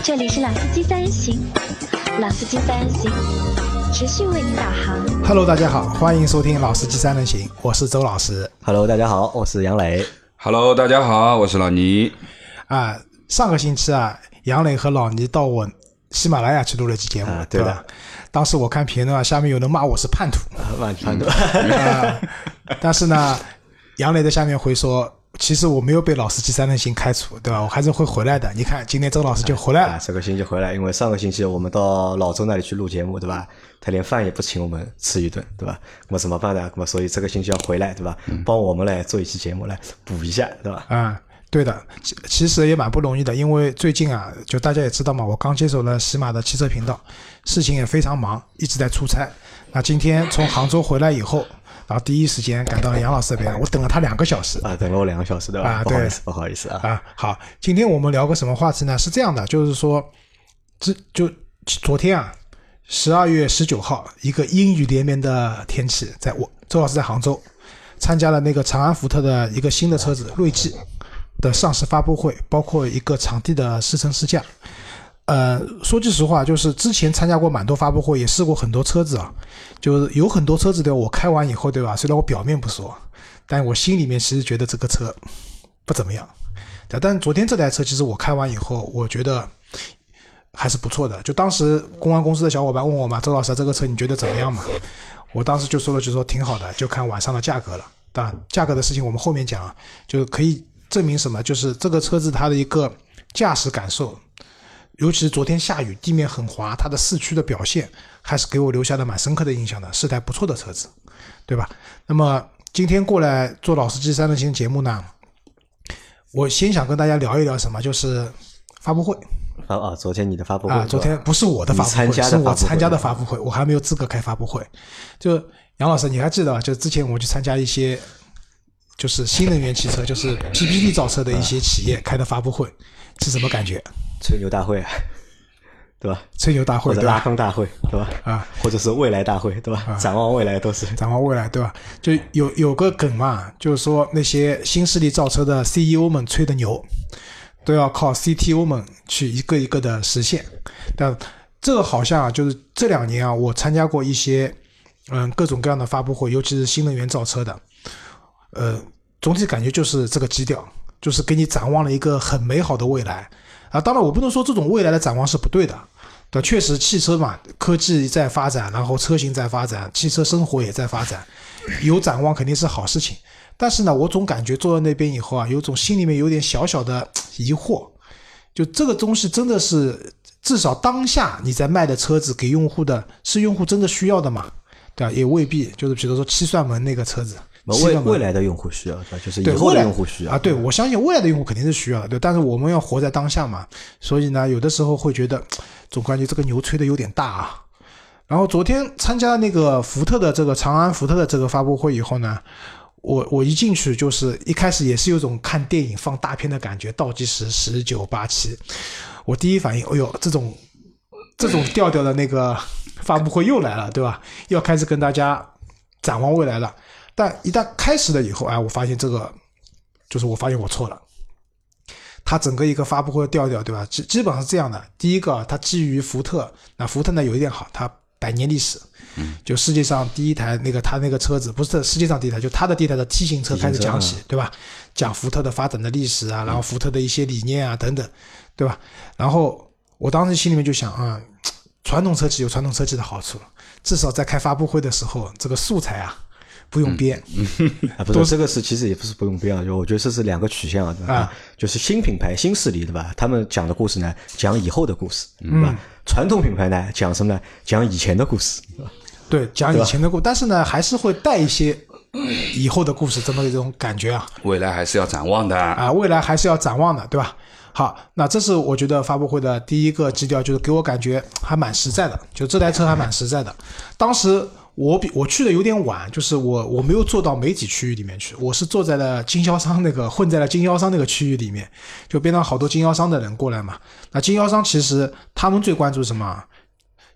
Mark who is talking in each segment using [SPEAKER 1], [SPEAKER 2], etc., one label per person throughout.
[SPEAKER 1] 这里是老司机三人行，老司机三人行持续为您导航。
[SPEAKER 2] Hello， 大家好，欢迎收听老司机三人行，我是周老师。
[SPEAKER 3] Hello， 大家好，我是杨磊。
[SPEAKER 4] Hello， 大家好，我是老倪。
[SPEAKER 2] 上个星期杨磊和老倪到我喜马拉雅去录了期节目，对吧？当时我看评论下面有人骂我是叛徒，
[SPEAKER 3] 叛徒。
[SPEAKER 2] 但是呢，杨磊在下面回说，其实我没有被老司机三人行开除，对吧？我还是会回来的。你看，今天周老师就回来了。
[SPEAKER 3] 这个星期回来，因为上个星期我们到老周那里去录节目，对吧？他连饭也不请我们吃一顿，对吧？那么怎么办呢？那么所以这个星期要回来，对吧？帮我们来做一期节目来补一下，对吧？
[SPEAKER 2] 对的，其实也蛮不容易的，因为最近就大家也知道嘛，我刚接手了喜马的汽车频道，事情也非常忙，一直在出差。那今天从杭州回来以后，然后第一时间赶到了杨老师这边，我等了他2个小时
[SPEAKER 3] 等了我2个小时，对吧？不好意思
[SPEAKER 2] 好，今天我们聊个什么话题呢？是这样的，就是说，就昨天12月19号，一个阴雨连绵的天气，周老师在杭州参加了那个长安福特的一个新的车子锐际的上市发布会，包括一个场地的试乘试驾。说句实话，就是之前参加过蛮多发布会，也试过很多车子就是有很多车子对吧，我开完以后对吧，虽然我表面不说，但我心里面其实觉得这个车不怎么样。但昨天这台车其实我开完以后，我觉得还是不错的。就当时公安公司的小伙伴问我嘛，周老师这个车你觉得怎么样嘛？我当时就说挺好的，就看晚上的价格了。当然价格的事情我们后面讲就可以证明什么，就是这个车子它的一个驾驶感受，尤其是昨天下雨地面很滑，它的市区的表现还是给我留下了蛮深刻的印象的，是台不错的车子，对吧？那么今天过来做老司机三人行节目呢，我先想跟大家聊一聊什么，就是发布会。
[SPEAKER 3] 昨天你的发布会
[SPEAKER 2] 昨天不是我的发布会，是我参加的发布会，我还没有资格开发布会。就杨老师你还记得吧？就之前我去参加一些就是新能源汽车，就是 PPT 造车的一些企业开的发布会，是什么感觉？
[SPEAKER 3] 吹牛大会对吧？
[SPEAKER 2] 吹牛大会，
[SPEAKER 3] 或者拉坑大会，对吧？或者是未来大会，对吧？展望未来都是
[SPEAKER 2] 展望未来，对吧？就有个梗嘛，就是说那些新势力造车的 CEO 们吹的牛，都要靠 CTO 们去一个一个的实现。但这个好像就是这2年我参加过一些各种各样的发布会，尤其是新能源造车的，总体感觉就是这个基调，就是给你展望了一个很美好的未来。当然我不能说这种未来的展望是不对的，对，确实汽车嘛，科技在发展，然后车型在发展，汽车生活也在发展，有展望肯定是好事情。但是呢，我总感觉坐在那边以后有种心里面有点小小的疑惑，就这个东西真的是至少当下你在卖的车子给用户的是用户真的需要的吗？对吧？也未必，就是比如说七算门那个车子，
[SPEAKER 3] 未来的用户需要，就是以后的用户需要
[SPEAKER 2] 对，我相信未来的用户肯定是需要的，对。但是我们要活在当下嘛，所以呢，有的时候会觉得总感觉这个牛吹的有点大然后昨天参加那个福特的这个长安福特的这个发布会以后呢，我一进去就是一开始也是有种看电影放大片的感觉，倒计时19、87，我第一反应，哎呦，这种调调的那个发布会又来了，对吧？要开始跟大家展望未来了。但一旦开始了以后，我发现我发现我错了。它整个一个发布会的调调，对吧？基本上是这样的。第一个，它基于福特，那福特呢有一点好，它100年历史，就世界上第一台它那个车子，不是世界上第一台，就它的第一台的 T 型车开始讲起，对吧？讲福特的发展的历史然后福特的一些理念等等，对吧？然后我当时心里面就想传统车企有传统车企的好处，至少在开发布会的时候，这个素材不用编。
[SPEAKER 3] 不是，这个是其实也不是不用编就我觉得这是2个取向对吧？就是新品牌新势力对吧？他们讲的故事呢，讲以后的故事对吧？传统品牌呢，讲什么呢？讲以前的故事。
[SPEAKER 2] 对，讲以前的故事，但是呢，还是会带一些以后的故事，这么一种感觉
[SPEAKER 4] 未来还是要展望的
[SPEAKER 2] 未来还是要展望的，对吧？好，那这是我觉得发布会的第一个基调，就是给我感觉还蛮实在的，就这台车还蛮实在的。当时我去的有点晚，就是我没有坐到媒体区域里面去，我是坐在了经销商混在了经销商那个区域里面，就边上好多经销商的人过来嘛。那经销商其实他们最关注什么？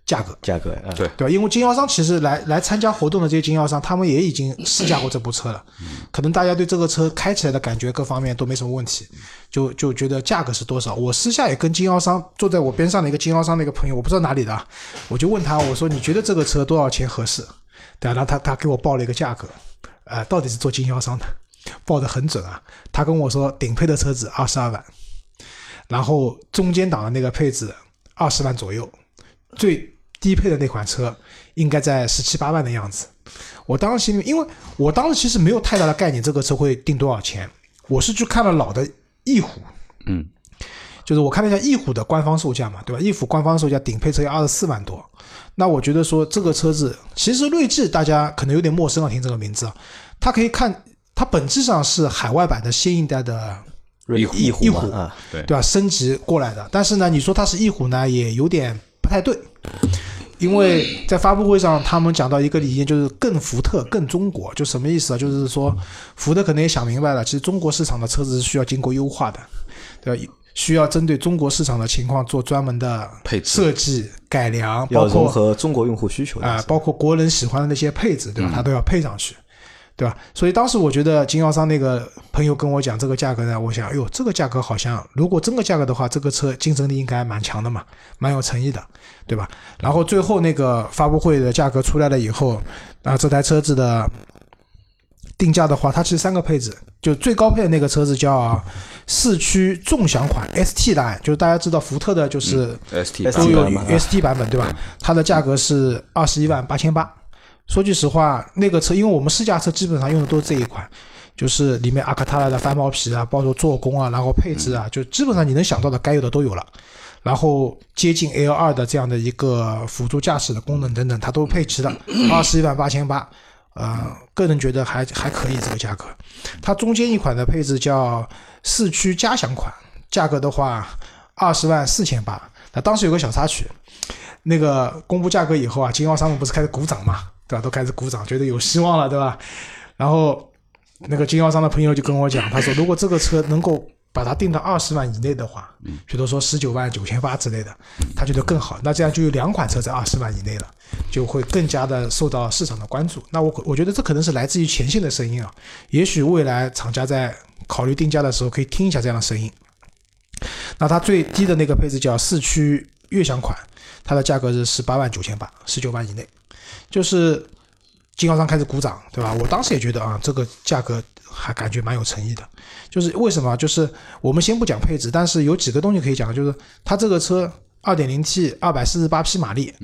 [SPEAKER 2] 价格，
[SPEAKER 4] 对
[SPEAKER 2] 吧？因为经销商其实来参加活动的这些经销商，他们也已经试驾过这部车了，可能大家对这个车开起来的感觉各方面都没什么问题，就觉得价格是多少。我私下也跟经销商坐在我边上的一个经销商的一个朋友，我不知道哪里的，我就问他，我说你觉得这个车多少钱合适？对啊，然后他给我报了一个价格，到底是做经销商的，报得很准啊。他跟我说顶配的车子22万，然后中间档的那个配置20万左右，最低配的那款车应该在17、18万的样子。我当时心里，因为我当时其实没有太大的概念这个车会定多少钱，我是去看了老的翼虎，就是我看了一下翼虎的官方售价嘛，对吧？翼虎官方售价顶配车要24万多。那我觉得说这个车子，其实锐志大家可能有点陌生啊，听这个名字啊，它可以看，它本质上是海外版的新一代的翼虎
[SPEAKER 3] 啊，
[SPEAKER 2] 对吧？升级过来的。但是呢，你说它是翼虎呢，也有点不太对，因为在发布会上他们讲到一个理念，就是更福特更中国。就什么意思啊？就是说福特可能也想明白了，其实中国市场的车子是需要经过优化的，对吧？需要针对中国市场的情况做专门的设计改良，包括
[SPEAKER 3] 要融合中国用户需求
[SPEAKER 2] 包括国人喜欢的那些配置，对吧？它都要配上去，对吧？所以当时我觉得经销商那个朋友跟我讲这个价格呢，我想，哎呦，这个价格好像如果真个价格的话，这个车竞争力应该蛮强的嘛，蛮有诚意的，对吧？然后最后那个发布会的价格出来了以后，这台车子的定价的话，它其实3个配置，就最高配的那个车子叫4驱纵享款 ST 档，就是大家知道福特的就是
[SPEAKER 4] ST
[SPEAKER 2] 都有 ST 版本，对吧？它的价格是21万8800。说句实话，那个车因为我们试驾车基本上用的都是这一款，就是里面阿卡塔拉的翻毛皮啊，包括做工啊，然后配置啊，就基本上你能想到的该有的都有了。然后接近 L2 的这样的一个辅助驾驶的功能等等，它都配齐了，21万8800。个人觉得还可以这个价格。它中间一款的配置叫4驱加享款，价格的话20万4800。那当时有个小插曲，那个公布价格以后啊，经销商们不是开始鼓掌嘛，对吧？都开始鼓掌，觉得有希望了，对吧？然后那个经销商的朋友就跟我讲，他说如果这个车能够把它定到20万以内的话，比如说19万9800之类的，他觉得更好。那这样就有2款车在20万以内了，就会更加的受到市场的关注。那我觉得这可能是来自于前线的声音啊，也许未来厂家在考虑定价的时候可以听一下这样的声音。那它最低的那个配置叫4驱悦享款，它的价格是18万9800，19万以内，就是经销商开始鼓掌，对吧？我当时也觉得啊，这个价格还感觉蛮有诚意的。就是为什么？就是我们先不讲配置，但是有几个东西可以讲，就是它这个车 2.0T 248匹马力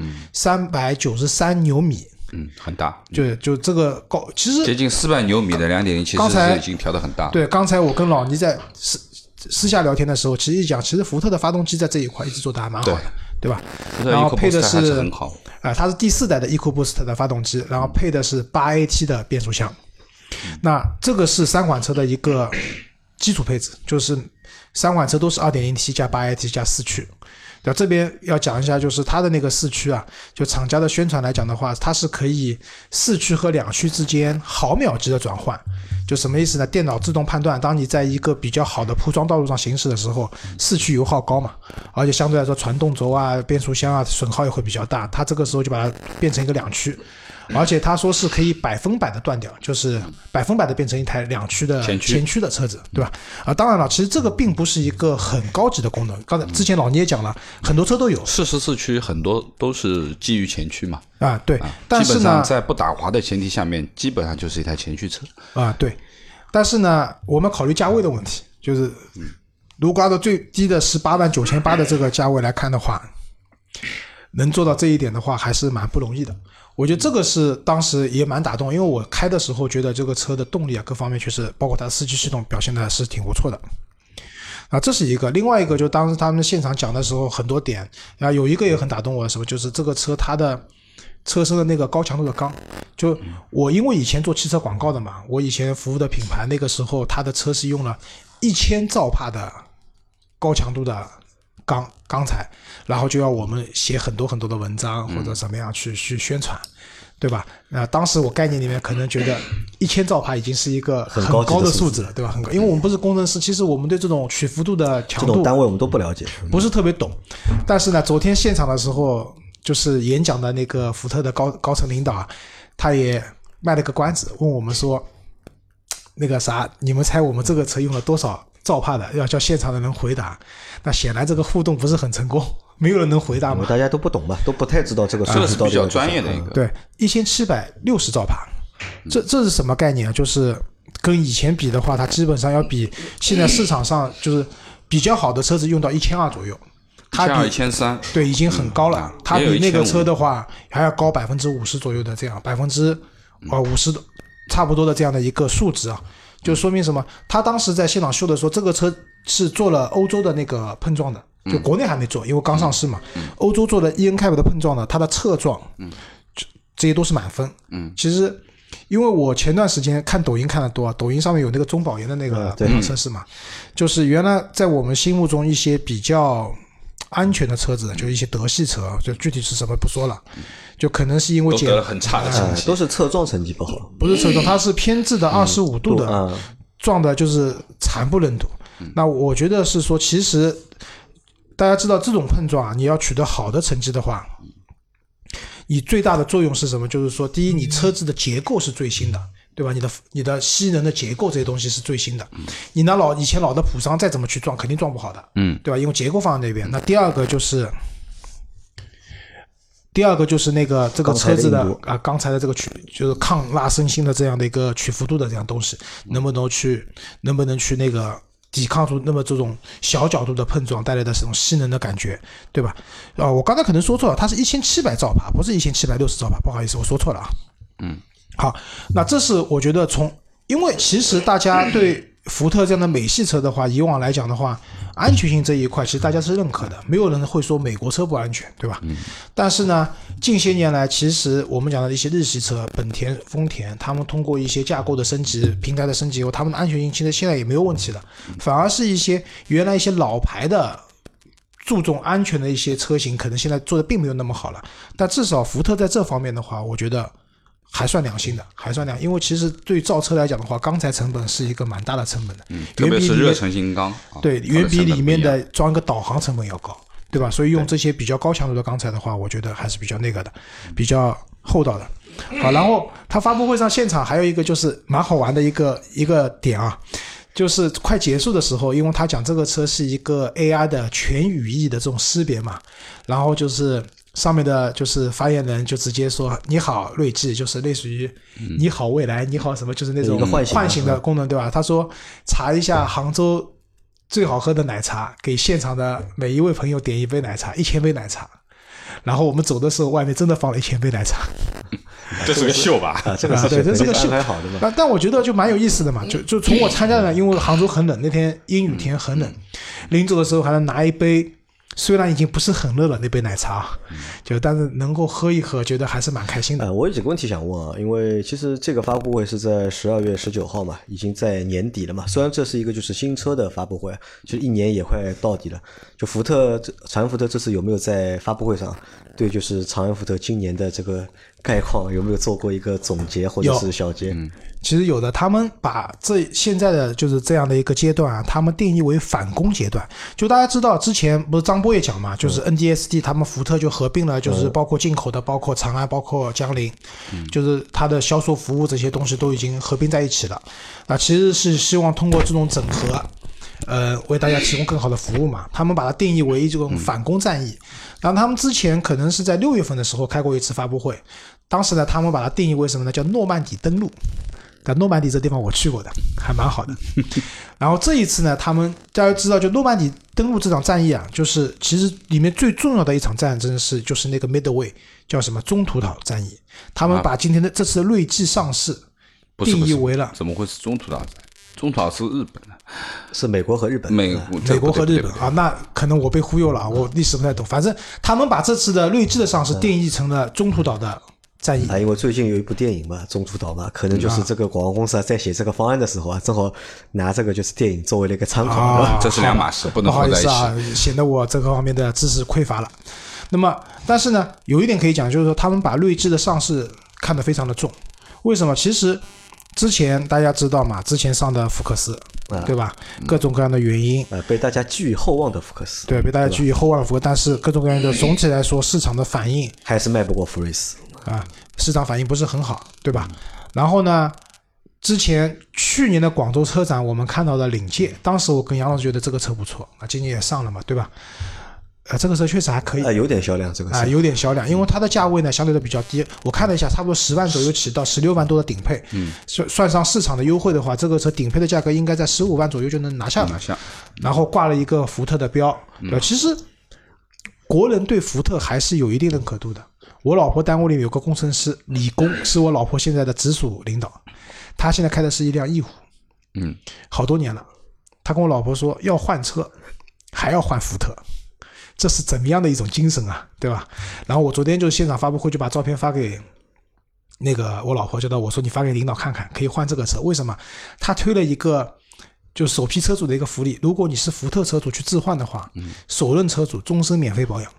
[SPEAKER 2] ，393牛米，
[SPEAKER 4] 很大，
[SPEAKER 2] 就这个高，其实
[SPEAKER 4] 接近400牛米的 2.0 其实是已经调得很大。
[SPEAKER 2] 对，刚才我跟老倪在私下聊天的时候，其实一讲，其实福特的发动机在这一块一直做得还蛮好的，对吧？然后配的是
[SPEAKER 4] 很好
[SPEAKER 2] 它是第4代的 EcoBoost 的发动机，然后配的是 8AT 的变速箱。那这个是3款车的一个基础配置，就是3款车都是 2.0T 加 8AT 加4驱。对，这边要讲一下，就是它的那个4驱啊，就厂家的宣传来讲的话，它是可以4驱和2驱之间毫秒级的转换。就什么意思呢？电脑自动判断，当你在一个比较好的铺装道路上行驶的时候，4驱油耗高嘛，而且相对来说传动轴啊、变速箱啊损耗也会比较大，它这个时候就把它变成一个2驱。而且他说是可以100%的断掉，就是100%的变成一台2驱的前驱的车子，对吧？当然了，其实这个并不是一个很高级的功能。刚才之前老倪也讲了，很多车都有
[SPEAKER 4] ，44驱很多都是基于前驱嘛。
[SPEAKER 2] 对，但是呢，
[SPEAKER 4] 基本上在不打滑的前提下面，基本上就是一台前驱车。
[SPEAKER 2] 对。但是呢，我们考虑价位的问题，就是如果按照最低的18万9800的这个价位来看的话，能做到这一点的话，还是蛮不容易的。我觉得这个是当时也蛮打动，因为我开的时候觉得这个车的动力啊各方面确实，包括它的4驱系统表现的是挺不错的。这是一个。另外一个就当时他们现场讲的时候很多点，有一个也很打动我，什么就是这个车它的车身的那个高强度的钢，就我因为以前做汽车广告的嘛，我以前服务的品牌那个时候它的车是用了1000兆帕的高强度的钢材，然后就要我们写很多很多的文章或者怎么样去宣传，对吧？当时我概念里面可能觉得1000兆帕已经是一个很高的数字了，对吧？很高，因为我们不是工程师，其实我们对这种曲幅度的强度
[SPEAKER 3] 这种单位我们都不了解，
[SPEAKER 2] 不是特别懂。但是呢，昨天现场的时候就是演讲的那个福特的高层领导啊，他也卖了个关子，问我们说，那个啥，你们猜我们这个车用了多少兆帕的？要叫现场的人回答。那显然这个互动不是很成功，没有人能回答嘛。
[SPEAKER 3] 大家都不懂嘛，都不太知道这个数字
[SPEAKER 4] 是比较专业的一个。
[SPEAKER 2] 对，1760兆帕，这是什么概念啊？就是跟以前比的话，它基本上要比现在市场上就是比较好的车子用到1200左右。它比
[SPEAKER 4] 1300，
[SPEAKER 2] 对，已经很高了。它比那个车的话还要高50%左右的这样50%差不多的这样的一个数值啊，就说明什么？他当时在现场秀的时候，这个车是做了欧洲的那个碰撞的，就国内还没做，因为刚上市嘛。欧洲做的 ENCAP 的碰撞呢，它的侧撞，这些都是满分。其实因为我前段时间看抖音看得多，抖音上面有那个中保研的那个碰撞测试嘛，就是原来在我们心目中一些比较安全的车子，就一些德系车，就具体是什么不说了，就可能是因为
[SPEAKER 4] 都得了很差的成绩，
[SPEAKER 3] 都是侧撞成绩不好，
[SPEAKER 2] 不是侧撞，它是偏置的25度的撞的，就是惨不忍睹。那我觉得是说，其实大家知道这种碰撞啊，你要取得好的成绩的话，你最大的作用是什么？就是说，第一，你车子的结构是最新的。对吧？你的吸能的结构这些东西是最新的，你拿以前老的普桑再怎么去撞，肯定撞不好的，对吧？因为结构放在那边。那第二个就是那个这个车子的钢材的这个就是抗拉伸性的这样的一个曲幅度的这样东西，能不能去那个抵抗住那么这种小角度的碰撞带来的这种吸能的感觉，对吧？我刚才可能说错了，它是1700兆帕，不是1760兆帕，不好意思，我说错了啊。好，那这是我觉得因为其实大家对福特这样的美系车的话，以往来讲的话，安全性这一块其实大家是认可的，没有人会说美国车不安全，对吧？但是呢，近些年来，其实我们讲的一些日系车，本田、丰田，他们通过一些架构的升级、平台的升级以后，他们的安全性其实现在也没有问题了，反而是一些原来一些老牌的注重安全的一些车型，可能现在做的并没有那么好了。但至少福特在这方面的话，我觉得还算良心的，因为其实对造车来讲的话，钢材成本是一个蛮大的成本的，
[SPEAKER 4] 特别是热成型钢，
[SPEAKER 2] 对，远比里面的装一个导航成本要高，对吧？所以用这些比较高强度的钢材的话，我觉得还是比较那个的，比较厚道的。好，然后他发布会上现场还有一个就是蛮好玩的一个点啊，就是快结束的时候，因为他讲这个车是一个 AI 的全语义的这种识别嘛，然后就是上面的就是发言人就直接说你好锐际，就是类似于你好未来，你好什么，就是那种唤醒的功能，对吧？他说查一下杭州最好喝的奶茶，给现场的每一位朋友点一杯奶茶，1000杯奶茶。然后我们走的时候，外面真的放了1000杯奶茶。
[SPEAKER 4] 这是个秀吧？
[SPEAKER 3] 这个
[SPEAKER 2] 对，这是个秀，
[SPEAKER 3] 还好的嘛。
[SPEAKER 2] 但我觉得就蛮有意思的嘛。就从我参加的，因为杭州很冷，那天阴雨天很冷，临走的时候还能拿一杯。虽然已经不是很热了那杯奶茶，但是能够喝一喝，觉得还是蛮开心的。
[SPEAKER 3] 我有几个问题想问啊，因为其实这个发布会是在12月19号嘛，已经在年底了嘛。虽然这是一个就是新车的发布会，就1年也快到底了。就长安福特这次有没有在发布会上对就是长安福特今年的这个概况有没有做过一个总结或者是小结？
[SPEAKER 2] 其实有的，他们把现在的就是这样的一个阶段啊，他们定义为反攻阶段。就大家知道之前不是张波也讲嘛，就是 NDSD 他们福特就合并了，就是包括进口的，包括长安，包括江铃，就是它的销售服务这些东西都已经合并在一起了。那其实是希望通过这种整合，为大家提供更好的服务嘛。他们把它定义为这种反攻战役。然后他们之前可能是在6月份的时候开过一次发布会，当时呢他们把它定义为什么呢？叫诺曼底登陆。但诺曼底这地方我去过的，还蛮好的。然后这一次呢，大家知道，就诺曼底登陆这场战役啊，就是其实里面最重要的一场战争就是那个 Midway， 叫什么中途岛战役。他们把今天的这次的锐际上市定义为了，
[SPEAKER 4] 怎么会是中途岛战？中途岛是日本的，
[SPEAKER 3] 是美国和日本。
[SPEAKER 2] 美国和日本啊，那可能我被忽悠了啊，我历史不太懂。反正他们把这次的锐际的上市定义成了中途岛的战役。
[SPEAKER 3] 因为最近有一部电影嘛，中途岛嘛，可能就是这个广告公司在写这个方案的时候啊，正好拿这个就是电影作为了一个参考。
[SPEAKER 4] 这是两码事，不能合在一起。
[SPEAKER 2] 不好意思啊，显得我这个方面的知识匮乏了。那么，但是呢，有一点可以讲，就是说他们把锐际的上市看得非常的重。为什么？其实之前大家知道嘛，之前上的福克斯， 对吧？各种各样的原因，
[SPEAKER 3] 被大家寄予厚望的福克斯，
[SPEAKER 2] 对，被大家寄予厚望的福克斯，但是各种各样的总体来说，市场的反应
[SPEAKER 3] 还是卖不过福睿斯
[SPEAKER 2] 啊，市场反应不是很好，对吧？然后呢，去年的广州车展，我们看到的领界，当时我跟杨老师觉得这个车不错，今年也上了嘛，对吧？这个车确实还可以，
[SPEAKER 3] 有点销量，这个车
[SPEAKER 2] 有点销量，因为它的价位呢相对的比较低，我看了一下，差不多10万左右起到16万多的顶配，算上市场的优惠的话，这个车顶配的价格应该在15万左右就能拿下了，然后挂了一个福特的标，其实国人对福特还是有一定认可度的。我老婆单位里面有个工程师李工，是我老婆现在的直属领导，他现在开的是一辆翼虎，好多年了，他跟我老婆说要换车还要换福特，这是怎么样的一种精神啊，对吧？然后我昨天就现场发布会就把照片发给那个我老婆，叫到我说你发给领导看看，可以换这个车。为什么？他推了一个就首批车主的一个福利，如果你是福特车主去置换的话，首任车主终身免费保养。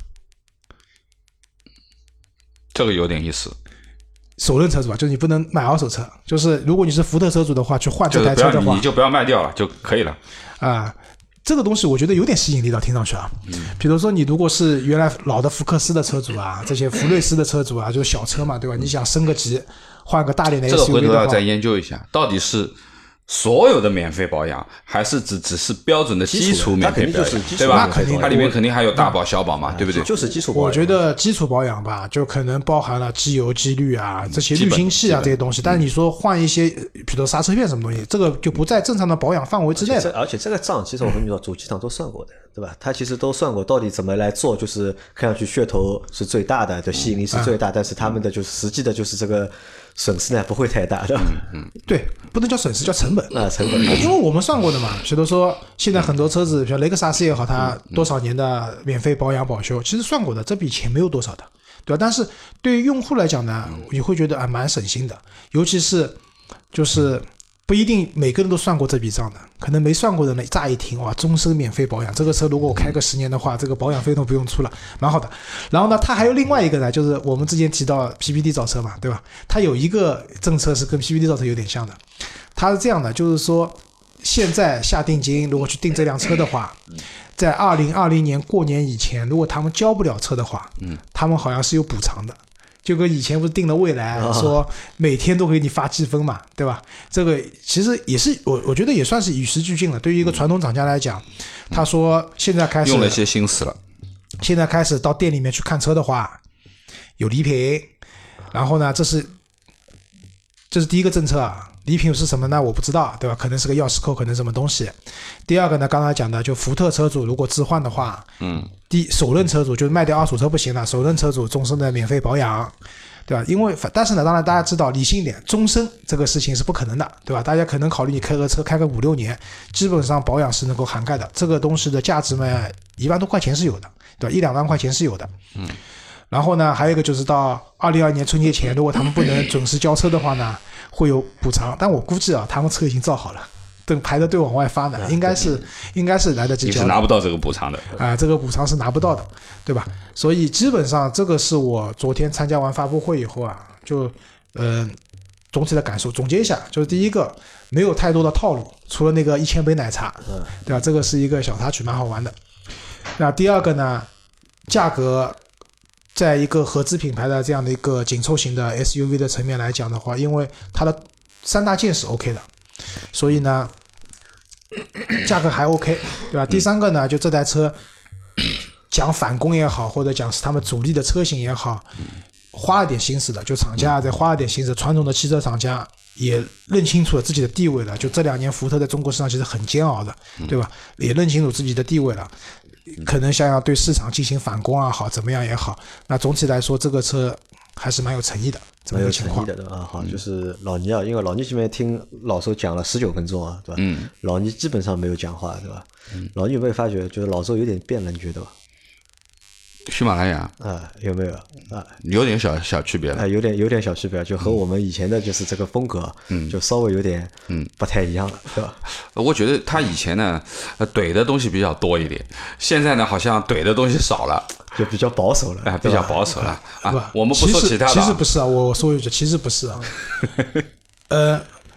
[SPEAKER 4] 这个有点意思。
[SPEAKER 2] 首任车主就是你不能买二手车，就是如果你是福特车主的话，去换这台车的话，
[SPEAKER 4] 你就不要卖掉了就可以了
[SPEAKER 2] 这个东西我觉得有点吸引力的，听上去比如说你如果是原来老的福克斯的车主啊，这些福睿斯的车主啊，就是小车嘛，对吧？你想升个级，换个大点的 SUV 的话，
[SPEAKER 4] 这个回头要再研究一下，到底是所有的免费保养，还是只是标准的基础免费保养，对吧？它里面肯定还有大保小保嘛，对不对？
[SPEAKER 3] 就是基础保养。
[SPEAKER 2] 我觉得基础保养吧，就可能包含了机油、机滤啊，这些滤清器啊这些东西。但是你说换一些，比如刹车片什么东西，这个就不在正常的保养范围之内的。
[SPEAKER 3] 而且这个账，其实我跟你说，主机厂都算过的，对吧？他其实都算过，到底怎么来做，就是看上去噱头是最大的，就吸引力是最大，但是他们的就是实际的就是这个损失呢不会太大的。
[SPEAKER 2] 对，不能叫损失，叫成本
[SPEAKER 3] 成本。
[SPEAKER 2] 因为我们算过的嘛，比如说现在很多车子，像雷克萨斯也好，它多少年的免费保养保修，其实算过的，这笔钱没有多少的，对吧？但是对于用户来讲呢，你会觉得蛮省心的，尤其是就是不一定每个人都算过这笔账的，可能没算过的呢，乍一听哇，终身免费保养，这个车如果我开个10年的话，这个保养费都不用出了，蛮好的。然后呢，它还有另外一个呢，就是我们之前提到 PPT 造车嘛，对吧？它有一个政策是跟 PPT 造车有点像的，它是这样的，就是说现在下定金，如果去订这辆车的话，在2020年过年以前，如果他们交不了车的话，他们好像是有补偿的。就跟以前不是定了未来，说每天都给你发积分嘛，对吧？这个其实也是我觉得也算是与时俱进了。对于一个传统厂家来讲，他说现在开始
[SPEAKER 4] 用了一些心思了。
[SPEAKER 2] 现在开始到店里面去看车的话，有礼品，然后呢，这是第一个政策啊。礼品是什么呢？我不知道，对吧？可能是个钥匙扣，可能什么东西。第二个呢，刚才讲的，就福特车主如果置换的话，首任车主就是卖掉二手车不行了，首任车主终身的免费保养，对吧？因为但是呢，当然大家知道，理性一点，终身这个事情是不可能的，对吧？大家可能考虑你开个车开个5-6年，基本上保养是能够涵盖的。这个东西的价值嘛，1万多块钱是有的，对吧？1-2万块钱是有的。然后呢，还有一个就是到2022年春节前，如果他们不能准时交车的话呢，会有补偿。但我估计啊，他们车已经造好了，等排着队往外发呢，应该是来得及交的。
[SPEAKER 4] 你是拿不到这个补偿的
[SPEAKER 2] 这个补偿是拿不到的，对吧？所以基本上这个是我昨天参加完发布会以后啊，就总体的感受总结一下，就是第一个没有太多的套路，除了那个1000杯奶茶，对吧？这个是一个小插曲，蛮好玩的。那第二个呢，价格。在一个合资品牌的这样的一个紧凑型的 SUV 的层面来讲的话，因为它的3大件是 OK 的，所以呢价格还 OK， 对吧？第三个呢，就这台车讲返工也好，或者讲是他们主力的车型也好，花了点心思的，就厂家在花了点心思，传统的汽车厂家也认清楚了自己的地位了。就这2年福特在中国市场其实很煎熬的，对吧？也认清楚自己的地位了。可能想要对市场进行反攻啊，好怎么样也好，那总体来说这个车还是蛮有诚意的，这么一个情况。
[SPEAKER 3] 蛮有诚意的，对吧？好，就是老倪啊，因为老倪这边听老周讲了19分钟啊，对吧？老倪基本上没有讲话，对吧？老倪有没有发觉，就是老周有点变了，你觉得吧？
[SPEAKER 4] 喜马拉雅
[SPEAKER 3] 有没有
[SPEAKER 4] 有点小区别了
[SPEAKER 3] 有点小区别，就和我们以前的就是这个风格就稍微有点不太一样了，对吧？
[SPEAKER 4] 我觉得他以前呢怼的东西比较多一点，现在呢好像怼的东西少了，
[SPEAKER 3] 就比较保守了，
[SPEAKER 4] 比较保守了我们不说其他的，
[SPEAKER 2] 其实不是啊，我说一句，其实不是啊。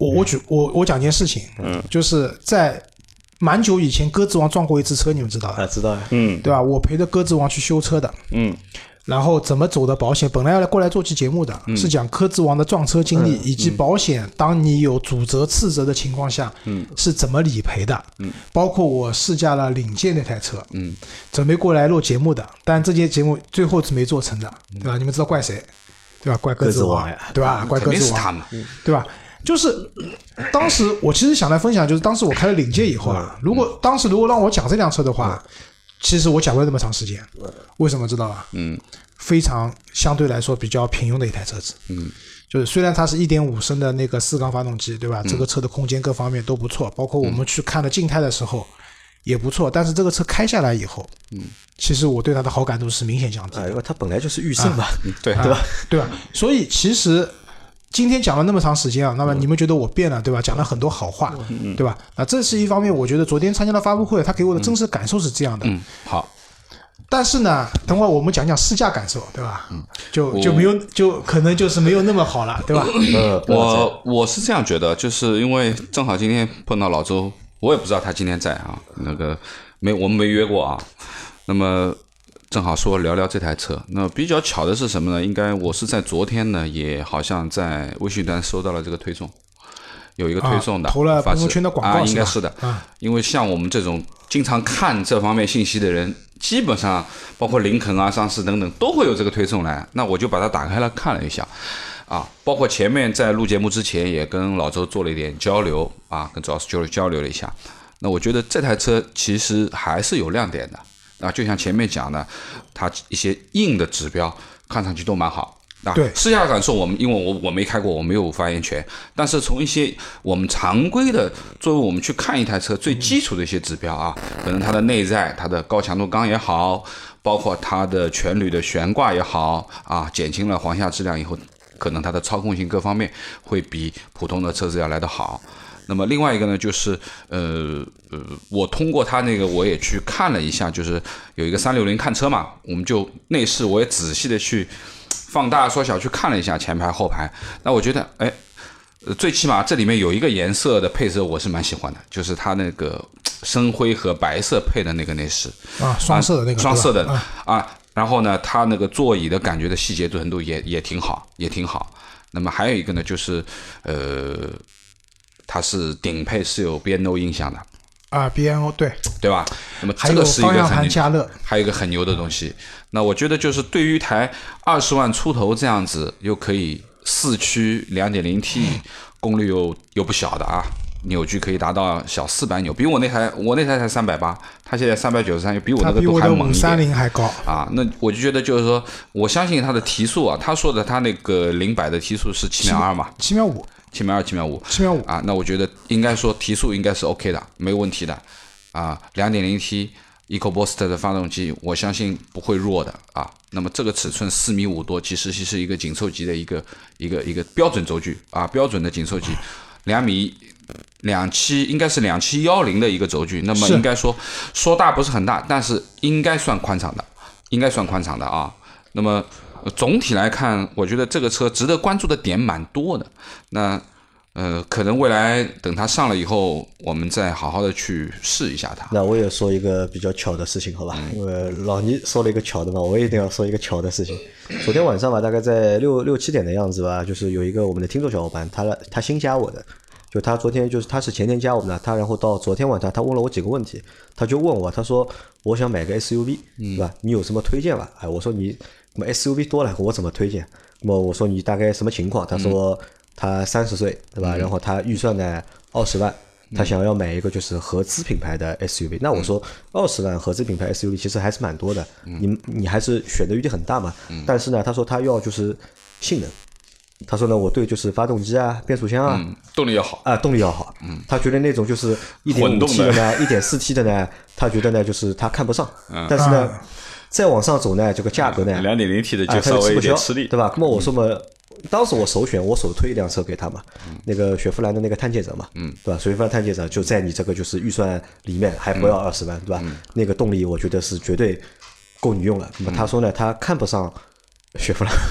[SPEAKER 2] 我讲件事情，就是在蛮久以前，鸽子王撞过一次车，你们知道的？
[SPEAKER 3] 知道呀，
[SPEAKER 2] 对吧？我陪着鸽子王去修车的，然后怎么走的保险，本来要过来做期节目的，是讲鸽子王的撞车经历，以及保险当你有主责次责的情况下，是怎么理赔的，包括我试驾了领界那台车，准备过来录节目的，但这节节目最后是没做成的，对吧？你们知道怪谁？对吧？怪鸽子王呀，对吧？怪鸽子王，对吧？就是当时我其实想来分享，就是当时我开了领界以后啊，如果让我讲这辆车的话，其实我讲不了那么长时间。为什么知道吧？非常相对来说比较平庸的一台车子。就是虽然它是 1.5 升的那个4缸发动机，对吧？这个车的空间各方面都不错，包括我们去看了静态的时候也不错，但是这个车开下来以后，其实我对它的好感度是明显降低的。
[SPEAKER 3] 因为它本来就是预胜嘛，
[SPEAKER 4] 对
[SPEAKER 3] 吧？
[SPEAKER 2] 对吧？所以其实今天讲了那么长时间啊，那么你们觉得我变了，对吧？讲了很多好话，对吧？那这是一方面，我觉得昨天参加了发布会，他给我的真实感受是这样的。
[SPEAKER 4] 好。
[SPEAKER 2] 但是呢，等会儿我们讲讲试驾感受，对吧？就没有，就可能就是没有那么好了，对吧？
[SPEAKER 4] 我是这样觉得，就是因为正好今天碰到老周，我也不知道他今天在啊，那个我们没约过啊。那么正好说聊聊这台车。那比较巧的是什么呢？应该我是在昨天呢，也好像在微信端收到了这个推送，有一个推送的，
[SPEAKER 2] 投了朋友圈的广告，
[SPEAKER 4] 应该是的。因为像我们这种经常看这方面信息的人，基本上包括林肯啊、上市等等都会有这个推送来，那我就把它打开了看了一下，包括前面在录节目之前也跟老周做了一点交流啊，跟周老师交流了一下。那我觉得这台车其实还是有亮点的就像前面讲的，它一些硬的指标看上去都蛮好。
[SPEAKER 2] 对，
[SPEAKER 4] 试驾感受因为我没开过，我没有发言权。但是从一些我们常规的，作为我们去看一台车最基础的一些指标可能它的内在、它的高强度钢也好，包括它的全铝的悬挂也好减轻了簧下质量以后，可能它的操控性各方面会比普通的车子要来得好。那么另外一个呢，就是我通过它那个我也去看了一下，就是有一个360看车嘛，我们就内饰我也仔细的去放大缩小去看了一下前排后排。那我觉得最起码这里面有一个颜色的配色我是蛮喜欢的，就是它那个深灰和白色配的那个内饰
[SPEAKER 2] 双色的那个
[SPEAKER 4] 双色的然后呢它那个座椅的感觉的细节程度也挺好，也挺好。那么还有一个呢，就是它是顶配是有 B&O 音响的
[SPEAKER 2] BNO
[SPEAKER 4] 对吧？那么这个是一个
[SPEAKER 2] 还有方向盘加热，
[SPEAKER 4] 还有一个很牛的东西。那我觉得就是对于一台20万出头这样子，又可以4驱 2.0T， 功率又不小的扭矩可以达到小400扭，比我那台才380，它现在393，比我那个都还猛一点，
[SPEAKER 2] 比我的530还高
[SPEAKER 4] 那我就觉得就是说，我相信它的提速他说的他那个0-100的提速是7秒2嘛
[SPEAKER 2] ，7秒5。
[SPEAKER 4] 7秒5那我觉得应该说提速应该是 OK 的，没有问题的2.0T EcoBoost 的发动机，我相信不会弱的那么这个尺寸4.5米多，其实是一个紧凑级的一个标准轴距标准的紧凑级，2米27应该是2710的一个轴距，那么应该说大不是很大，但是应该算宽敞的，那么总体来看，我觉得这个车值得关注的点蛮多的。那可能未来等它上了以后，我们再好好的去试一下它。
[SPEAKER 3] 那我也说一个比较巧的事情，好吧？因为老倪说了一个巧的嘛，我也一定要说一个巧的事情。昨天晚上吧，大概在6、7点的样子吧，就是有一个我们的听众小伙伴，他新加我的，就他昨天他是前天加我们的，他然后到昨天晚上他问了我几个问题，他就问我，他说我想买个 SUV， 对吧？你有什么推荐吧？我说你SUV 多了，我怎么推荐？那么我说你大概什么情况？他说他30岁，对吧？然后他预算呢20万，他想要买一个就是合资品牌的 SUV。那我说20万合资品牌 SUV 其实还是蛮多的，你还是选择余地很大嘛。但是呢，他说他要就是性能。他说呢，我对就是发动机变速箱
[SPEAKER 4] 动力要好
[SPEAKER 3] 动力要好。他觉得那种就是 1.5T 的呢 1.4T 的呢，他觉得呢就是他看不上。但是呢再往上走呢，这个价格呢
[SPEAKER 4] 2.0T 的就稍微有点吃力，
[SPEAKER 3] 对吧？那么我说嘛，当时我首推一辆车给他嘛，那个雪佛兰的那个探界者嘛，对吧？雪佛兰探界者就在你这个就是预算里面，还不要20万，对吧？那个动力我觉得是绝对够你用了。那么他说呢，他看不上雪佛兰，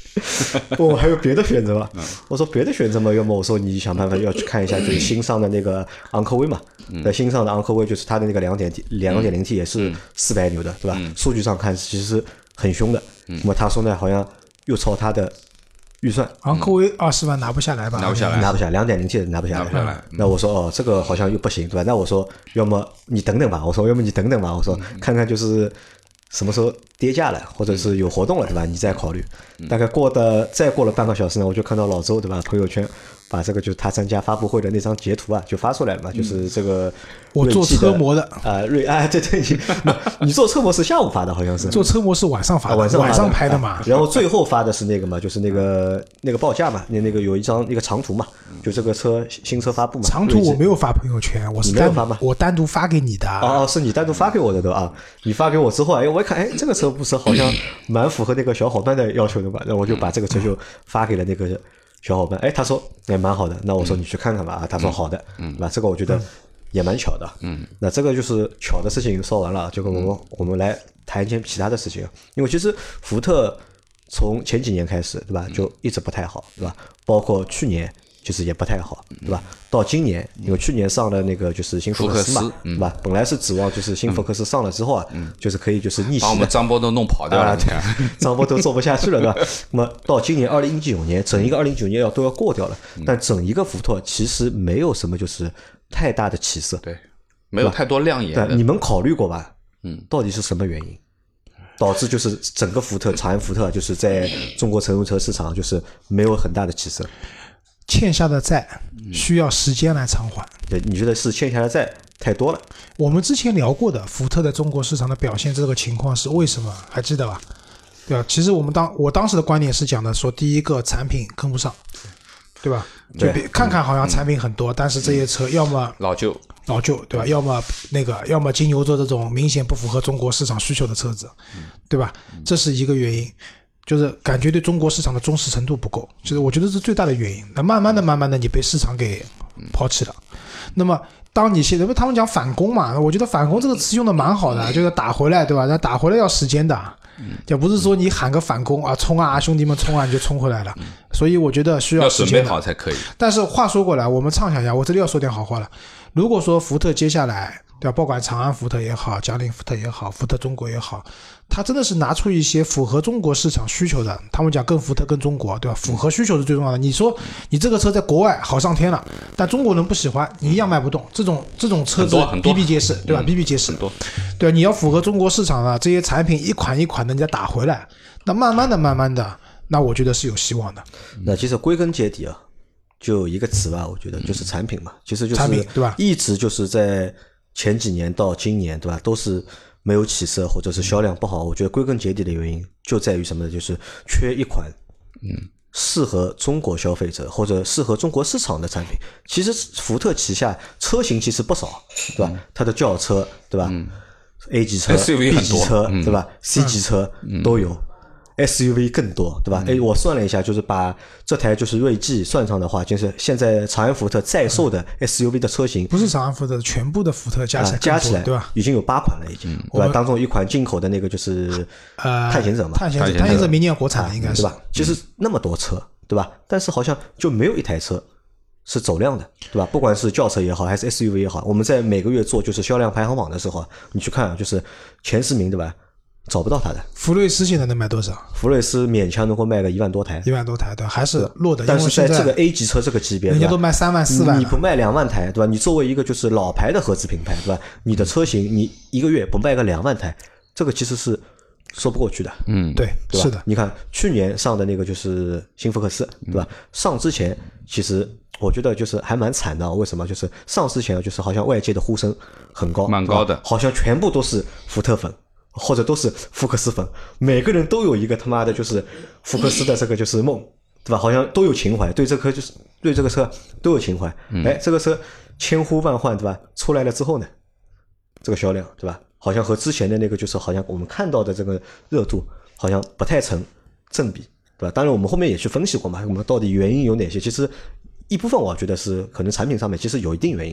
[SPEAKER 3] 我还有别的选择吗？我说别的选择嘛，要么我说你想办法要去看一下就是新上的那个昂科威嘛，新上的昂科威就是它的那个2.0T 也是400牛的，对吧？数据上看其实很凶的。那么他说呢，好像又超他的预算，
[SPEAKER 2] 昂科威20万拿不下来吧？
[SPEAKER 4] 拿不下来
[SPEAKER 3] 2.0T 拿不下来。那我说哦，这个好像又不行，对吧？那我说要么你等等吧，我说看看就是什么时候跌价了，或者是有活动了，对吧？你再考虑。大概再过了半个小时呢，我就看到老周，对吧？朋友圈把这个就是他参加发布会的那张截图啊，就发出来了嘛，就是这个
[SPEAKER 2] 我做车模的
[SPEAKER 3] 对，你做车模是下午发的，好像是
[SPEAKER 2] 做车模是晚上发的，晚上拍的嘛。
[SPEAKER 3] 然后最后发的是那个嘛，就是那个报价嘛，那个有一张那个长图嘛，就这个新车发布嘛。
[SPEAKER 2] 长图我没有发朋友圈，我单独发给你的。
[SPEAKER 3] 哦，是你单独发给我的对吧？你发给我之后，我一看，这个车不是好像蛮符合那个小伙伴的要求的嘛，然后我就把这个车就发给了那个小伙伴，他说蛮好的，那我说你去看看吧，他说好的，对吧？这个我觉得也蛮巧的，那这个就是巧的事情说完了，就跟我们来谈一件其他的事情，因为其实福特从前几年开始，对吧，就一直不太好，对吧？包括去年其实也不太好，对吧？到今年，因为去年上了那个就是新福克斯嘛，对吧？本来是指望就是新福克斯上了之后啊，就是可以就是逆袭，
[SPEAKER 4] 把我们张波都弄跑掉了，
[SPEAKER 3] 张波都做不下去了，对吧？那么到今年2019年，整一个2019年都要过掉了，但整一个福特其实没有什么就是太大的起色，
[SPEAKER 4] 对，没有太多亮眼的。
[SPEAKER 3] 你们考虑过吧？到底是什么原因导致就是整个长安福特就是在中国乘用车市场就是没有很大的起色？
[SPEAKER 2] 欠下的债需要时间来偿还。
[SPEAKER 3] 对，你觉得是欠下的债太多了？
[SPEAKER 2] 我们之前聊过的福特在中国市场的表现，这个情况是为什么？还记得吧？对吧？其实我当时的观点是讲的，说第一个产品跟不上，对吧？就看看好像产品很多，但是这些车要么
[SPEAKER 4] 老旧，
[SPEAKER 2] 对吧？要么金牛座这种明显不符合中国市场需求的车子，对吧？这是一个原因。就是感觉对中国市场的忠实程度不够，就是我觉得是最大的原因。那慢慢的你被市场给抛弃了。那么当你现在他们讲反攻嘛，我觉得反攻这个词用的蛮好的，就是打回来，对吧？那打回来要时间的，也不是说你喊个反攻啊，冲啊，兄弟们冲啊，你就冲回来了。所以我觉得需要时间的，
[SPEAKER 4] 要准备好才可以。
[SPEAKER 2] 但是话说过来，我们畅想一下，我这里要说点好话了。如果说福特接下来，对吧？不管长安福特也好，嘉陵福特也好，福特中国也好，他真的是拿出一些符合中国市场需求的，他们讲更福特更中国，对吧？符合需求是最重要的。你说你这个车在国外好上天了，但中国人不喜欢，你一样卖不动。这种车子比比皆是，对吧？比比皆是。对，你要符合中国市场的这些产品一款一款的你再打回来，那慢慢的，那我觉得是有希望的。
[SPEAKER 3] 那其实归根结底啊，就一个词吧，我觉得就是产品嘛。其实就是
[SPEAKER 2] 产品，对吧？
[SPEAKER 3] 一直就是在前几年到今年，对吧？都是没有起色，或者是销量不好。我觉得归根结底的原因就在于什么呢？就是缺一款适合中国消费者或者适合中国市场的产品。其实福特旗下车型其实不少，对吧？它的轿车，对吧？A 级车、B 级车，对吧？C 级车都有。SUV 更多，对吧？我算了一下，就是把这台就是锐际算上的话，就是现在长安福特在售的 SUV 的车型，
[SPEAKER 2] 不是长安福特，全部的福特加起来，对吧？
[SPEAKER 3] 已经有8款了，已经，对吧？当中一款进口的那个就是探险者嘛，
[SPEAKER 2] 探险者明年国产的应该是，
[SPEAKER 3] 对吧？其实那么多车，对吧？但是好像就没有一台车是走量的，对吧？不管是轿车也好，还是 SUV 也好，我们在每个月做就是销量排行榜的时候，你去看就是前10名，对吧？找不到它的。
[SPEAKER 2] 福睿斯现在能卖多少？
[SPEAKER 3] 福睿斯勉强能够卖个1万多台
[SPEAKER 2] ，1万多台，对，还是弱的。
[SPEAKER 3] 但是在这个 A 级车这个级别，
[SPEAKER 2] 人家都卖3万4万，
[SPEAKER 3] 你不卖2万台，对吧？你作为一个就是老牌的合资品牌，对吧？你的车型你一个月不卖个2万台，这个其实是说不过去的。
[SPEAKER 2] 对，是的。
[SPEAKER 3] 你看去年上的那个就是新福克斯，对吧？上之前其实我觉得就是还蛮惨的，为什么？就是上之前就是好像外界的呼声很高，
[SPEAKER 4] 蛮高的，
[SPEAKER 3] 好像全部都是福特粉。或者都是福克斯粉，每个人都有一个他妈的就是福克斯的这个就是梦，对吧？好像都有情怀，对这个就是对这个车都有情怀。这个车千呼万唤，对吧？出来了之后呢，这个销量，对吧？好像和之前的那个就是好像我们看到的这个热度好像不太成正比，对吧？当然我们后面也去分析过嘛，我们到底原因有哪些？其实一部分我觉得是可能产品上面其实有一定原因的，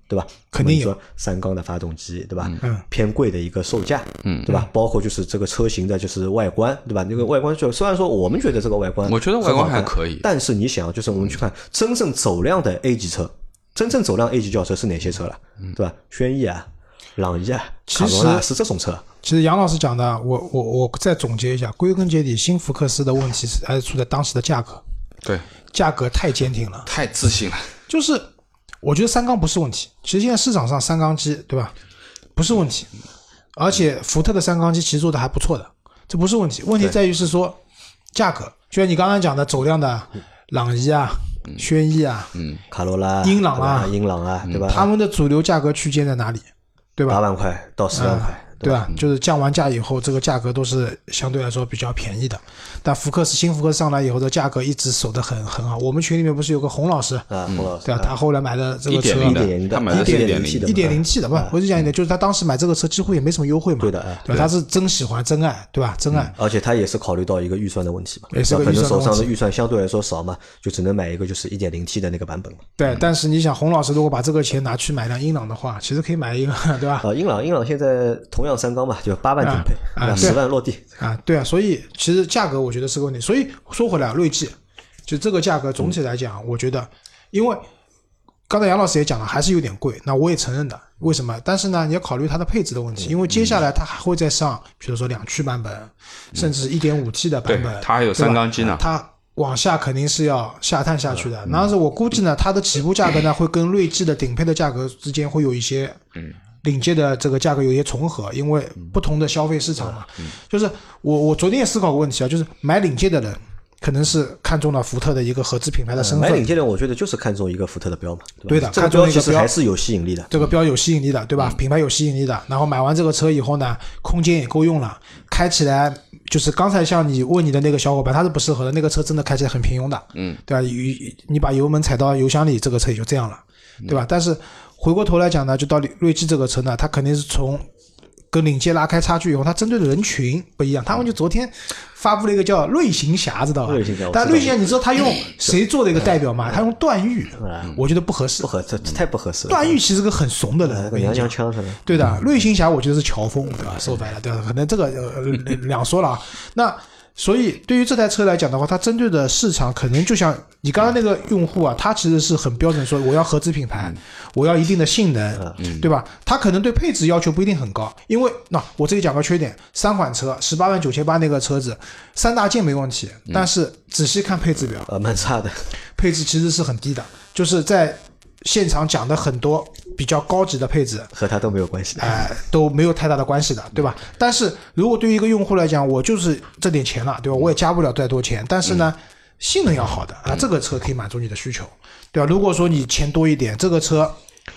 [SPEAKER 3] 对吧？
[SPEAKER 2] 肯定有
[SPEAKER 3] 说3缸的发动机，对吧？
[SPEAKER 2] 嗯，
[SPEAKER 3] 偏贵的一个售价，对吧？包括就是这个车型的就是外观，对吧？那个外观就虽然说我们觉得这个外观，
[SPEAKER 4] 我觉得外观还可以，
[SPEAKER 3] 但是你想，就是我们去看真正走量的 A 级车，真正走量 A 级轿车是哪些车了？对吧？轩逸啊、朗逸啊、卡罗拉是这种车。
[SPEAKER 2] 其实杨老师讲的，我再总结一下，归根结底，新福克斯的问题还是出在当时的价格。
[SPEAKER 4] 对，
[SPEAKER 2] 价格太坚挺了，
[SPEAKER 4] 太自信了。
[SPEAKER 2] 就是我觉得3缸不是问题，其实现在市场上3缸机，对吧？不是问题，而且福特的3缸机其实做的还不错的，这不是问题。问题在于是说价格，就像你刚刚讲的走量的朗逸啊、轩逸啊、
[SPEAKER 3] 卡罗拉、
[SPEAKER 2] 英朗啊、
[SPEAKER 3] 对吧？
[SPEAKER 2] 他们的主流价格区间在哪里？对吧？
[SPEAKER 3] 8万块到10万块。
[SPEAKER 2] 对吧？就是降完价以后，这个价格都是相对来说比较便宜的。但新福克斯上来以后，这价格一直守得很好。我们群里面不是有个洪老师
[SPEAKER 3] 啊，洪老师，
[SPEAKER 2] 对吧？他后来买的这个车
[SPEAKER 3] 1.0的，
[SPEAKER 4] 他买的是
[SPEAKER 2] 1.0T 的，不是讲1.0，就是他当时买这个车几乎也没什么优惠嘛。
[SPEAKER 3] 对的，
[SPEAKER 2] 对吧？他是真喜欢真爱，对吧？真爱。
[SPEAKER 3] 而且他也是考虑到一个预算的问题嘛，
[SPEAKER 2] 也是个预算的问题，
[SPEAKER 3] 可能手上的预算相对来说少嘛，就只能买一个就是 1.0T 的那个版本嘛。
[SPEAKER 2] 对，但是你想，洪老师如果把这个钱拿去买辆英朗的话，其实可以买一个，对吧？
[SPEAKER 3] 英朗现在同样3缸嘛，就8万顶配，10万落地
[SPEAKER 2] 啊，对啊，所以其实价格我觉得是个问题。所以说回来，锐际就这个价格总体来讲，我觉得，因为刚才杨老师也讲了，还是有点贵，那我也承认的。为什么？但是呢，你要考虑它的配置的问题，因为接下来它还会再上，比如说2驱版本，甚至 1.5T 的版本，
[SPEAKER 4] 它还有3缸机呢，
[SPEAKER 2] 它往下肯定是要下探下去的。然后我估计呢，它的起步价格呢，会跟锐际的顶配的价格之间会有一些领界的这个价格有一些重合，因为不同的消费市场嘛。就是我昨天也思考过问题啊，就是买领界的人可能是看中了福特的一个合资品牌的身份。
[SPEAKER 3] 买领界的人我觉得就是看中一个福特的标嘛，
[SPEAKER 2] 对的，
[SPEAKER 3] 这个标其实还是有吸引力的，
[SPEAKER 2] 这个标有吸引力的，对吧？品牌有吸引力的，然后买完这个车以后呢，空间也够用了，开起来就是刚才像你问你的那个小伙伴，他是不适合的，那个车真的开起来很平庸的，对吧？你把油门踩到油箱里，这个车也就这样了，对吧？但是回过头来讲呢，就到锐际这个车呢，它肯定是从跟领界拉开差距以后，它针对的人群不一样。他们就昨天发布了一个叫锐行侠，知道吧？但锐行侠你知道他用谁做的一个代表吗？他用段誉，我觉得不合适，
[SPEAKER 3] 这太不合适了。
[SPEAKER 2] 段誉其实个很怂的人，
[SPEAKER 3] 娘娘腔是吧？
[SPEAKER 2] 对的，锐行侠我觉得是乔峰，对吧？说白了，对吧？可能这个两说了啊。那所以对于这台车来讲的话，它针对的市场可能就像你刚刚那个用户啊，他其实是很标准说我要合资品牌，我要一定的性能，对吧？他可能对配置要求不一定很高，因为我这里讲个缺点，3款车189800那个车子3大件没问题，但是仔细看配置表，
[SPEAKER 3] 蛮差的，
[SPEAKER 2] 配置其实是很低的，就是在现场讲的很多比较高级的配置
[SPEAKER 3] 和它都没有关系的，
[SPEAKER 2] 都没有太大的关系的，对吧？但是如果对于一个用户来讲，我就是这点钱了，对吧？我也加不了再多钱，但是呢，性能要好的啊，这个车可以满足你的需求，对吧？如果说你钱多一点，这个车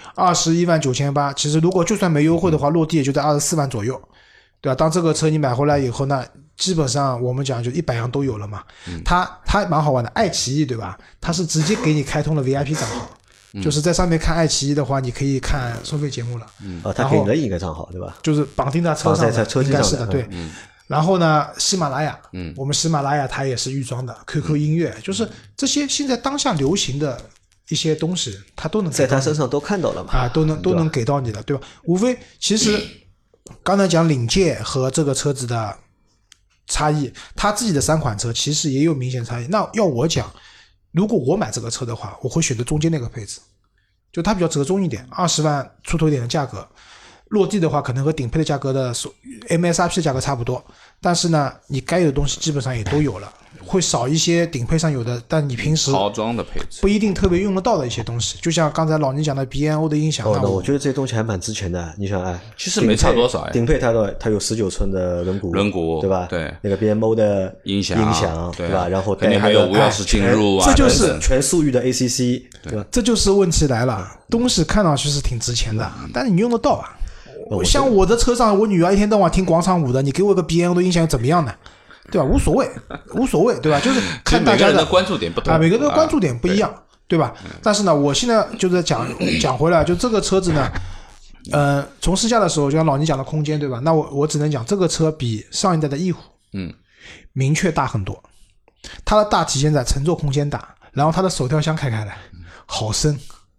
[SPEAKER 2] 219800，其实如果就算没优惠的话，落地也就在24万左右，对吧？当这个车你买回来以后呢，基本上我们讲就100样都有了嘛。它蛮好玩的，爱奇艺对吧？它是直接给你开通了 VIP 账号。就是在上面看爱奇艺的话，你可以看收费节目了。
[SPEAKER 3] 他给你的一个账号对吧？
[SPEAKER 2] 就是绑定在车上的，应该是的，对。然后呢，喜马拉雅，我们喜马拉雅它也是预装的 ，QQ 音乐，就是这些现在当下流行的一些东西，它都能
[SPEAKER 3] 在他身上都看到了嘛？
[SPEAKER 2] 都能给到你的，对吧？无非其实刚才讲领界和这个车子的差异，它自己的3款车其实也有明显差异。那要我讲。如果我买这个车的话，我会选择中间那个配置，就它比较折中一点，20万出头一点的价格，落地的话可能和顶配的价格的 MSRP 的价格差不多，但是呢，你该有的东西基本上也都有了，会少一些顶配上有的，但你平时
[SPEAKER 4] 豪装的配置
[SPEAKER 2] 不一定特别用得到的一些东西，就像刚才老倪讲的 B&O 的音响。
[SPEAKER 3] 那我觉得这些东西还蛮值钱的。你想，
[SPEAKER 4] 其实没差多少。
[SPEAKER 3] 顶配它有19寸的轮毂，对吧？
[SPEAKER 4] 对，
[SPEAKER 3] 那个 B&O 的
[SPEAKER 4] 音
[SPEAKER 3] 响，对吧？然后
[SPEAKER 4] 肯定还有无钥匙进入啊，
[SPEAKER 2] 这就是
[SPEAKER 3] 全速域的 ACC， 对吧？
[SPEAKER 2] 这就是问题来了，东西看上去是挺值钱的，但是你用得到啊？像我的车上，我女儿一天到晚听广场舞的，你给我个 B&O 的音响怎么样呢？对吧？无所谓，对吧？就是看大家
[SPEAKER 4] 的关注点不同
[SPEAKER 2] 每个人的关注点不一样，对吧？但是呢，我现在就是讲回来，就这个车子呢，从试驾的时候，就像老倪讲的空间，对吧？那我只能讲这个车比上一代的翼虎，明确大很多。它的大体现在乘坐空间大，然后它的手吊箱开来，好深。